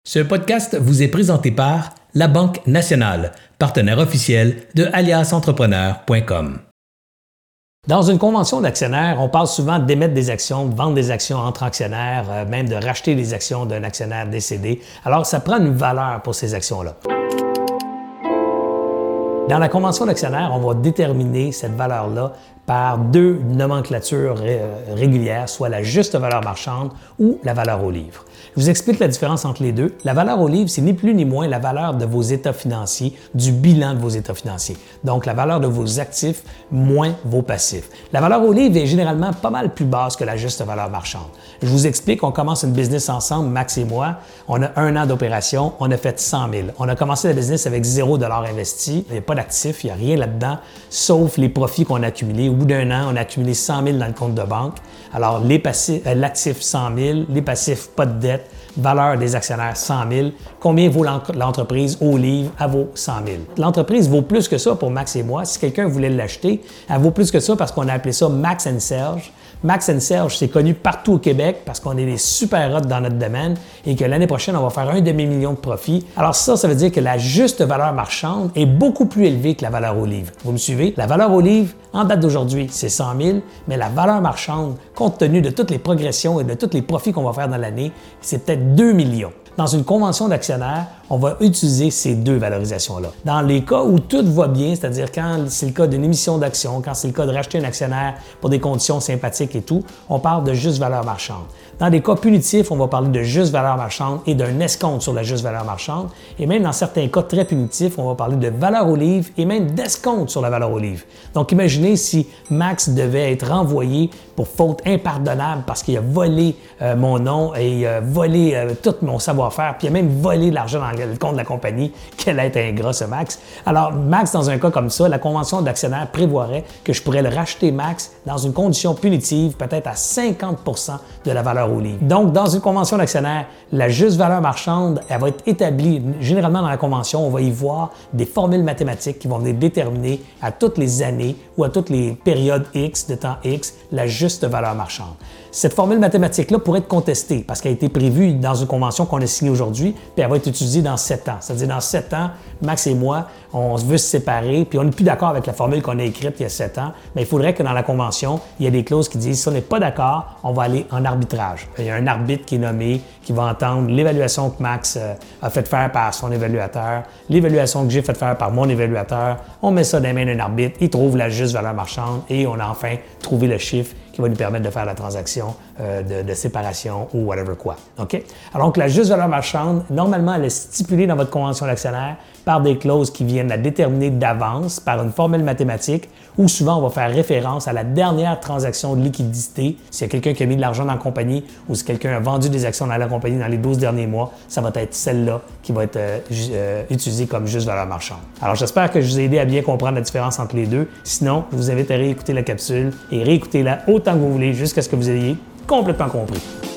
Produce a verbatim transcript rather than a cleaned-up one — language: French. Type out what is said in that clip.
Ce podcast vous est présenté par La Banque Nationale, partenaire officiel de alias entrepreneur point com. Dans une convention d'actionnaires, on parle souvent d'émettre des actions, de vendre des actions entre actionnaires, euh, même de racheter des actions d'un actionnaire décédé. Alors, ça prend une valeur pour ces actions-là. Dans la convention d'actionnaires, on va déterminer cette valeur-là par deux nomenclatures régulières, soit la juste valeur marchande ou la valeur au livre. Je vous explique la différence entre les deux. La valeur au livre, c'est ni plus ni moins la valeur de vos états financiers, du bilan de vos états financiers. Donc, la valeur de vos actifs moins vos passifs. La valeur au livre est généralement pas mal plus basse que la juste valeur marchande. Je vous explique, on commence une business ensemble, Max et moi. On a un an d'opération, on a fait cent mille. On a commencé la business avec zéro dollar investi. Il n'y a pas d'actifs, il n'y a rien là-dedans, sauf les profits qu'on a accumulés. Au bout d'un an, on a accumulé cent mille dans le compte de banque. Alors, les passifs, euh, l'actif cent mille, les passifs, pas de dette, valeur des actionnaires cent mille. Combien vaut l'entreprise au livre? Elle vaut cent mille. L'entreprise vaut plus que ça pour Max et moi. Si quelqu'un voulait l'acheter, elle vaut plus que ça parce qu'on a appelé ça Max and Serge. Max and Serge, c'est connu partout au Québec parce qu'on est des super hot dans notre domaine et que l'année prochaine, on va faire un demi-million de profits. Alors ça, ça veut dire que la juste valeur marchande est beaucoup plus élevée que la valeur au livre. Vous me suivez? La valeur au livre, en date d'aujourd'hui, c'est cent mille, mais la valeur marchande, compte tenu de toutes les progressions et de tous les profits qu'on va faire dans l'année, c'est peut-être deux millions. Dans une convention d'actionnaires, on va utiliser ces deux valorisations-là. Dans les cas où tout va bien, c'est-à-dire quand c'est le cas d'une émission d'actions, quand c'est le cas de racheter un actionnaire pour des conditions sympathiques et tout, on parle de juste valeur marchande. Dans des cas punitifs, on va parler de juste valeur marchande et d'un escompte sur la juste valeur marchande. Et même dans certains cas très punitifs, on va parler de valeur au livre et même d'escompte sur la valeur au livre. Donc imaginez si Max devait être renvoyé pour faute impardonnable parce qu'il a volé euh, mon nom et euh, volé euh, tout mon savoir-faire, puis il a même volé l'argent dans le compte de la compagnie. Quel être ingrat ce Max. Alors Max, dans un cas comme ça, la convention d'actionnaire prévoirait que je pourrais le racheter Max dans une condition punitive, peut-être à cinquante pour cent de la valeur au livre. Donc, dans une convention d'actionnaire, la juste valeur marchande, elle va être établie. Généralement, dans la convention, on va y voir des formules mathématiques qui vont venir déterminer à toutes les années ou à toutes les périodes X, de temps X, la juste valeur marchande. Cette formule mathématique-là pourrait être contestée parce qu'elle a été prévue dans une convention qu'on a signée aujourd'hui, puis elle va être utilisée dans sept ans. C'est-à-dire, dans sept ans, Max et moi, on veut se séparer, puis on n'est plus d'accord avec la formule qu'on a écrite il y a sept ans, mais il faudrait que dans la convention, il y ait des clauses qui disent si on n'est pas d'accord, on va aller en arbitrage. Il y a un arbitre qui est nommé, qui va entendre l'évaluation que Max euh, a fait faire par son évaluateur, l'évaluation que j'ai fait faire par mon évaluateur. On met ça dans les mains d'un arbitre, il trouve la juste valeur marchande et on a enfin trouvé le chiffre qui va nous permettre de faire la transaction euh, de, de séparation ou whatever quoi. OK? Alors, donc, la juste valeur marchande, normalement, elle est stipulée dans votre convention d'actionnaire par des clauses qui viennent la déterminer d'avance par une formule mathématique où souvent on va faire référence à la dernière transaction de liquidité. S'il y a quelqu'un qui a mis de l'argent dans la compagnie ou si quelqu'un a vendu des actions dans la compagnie dans les douze derniers mois, ça va être celle-là qui va être euh, euh, utilisée comme juste valeur marchande. Alors, j'espère que je vous ai aidé à bien comprendre la différence entre les deux. Sinon, je vous invite à réécouter la capsule et réécouter-la autant que vous voulez jusqu'à ce que vous ayez complètement compris.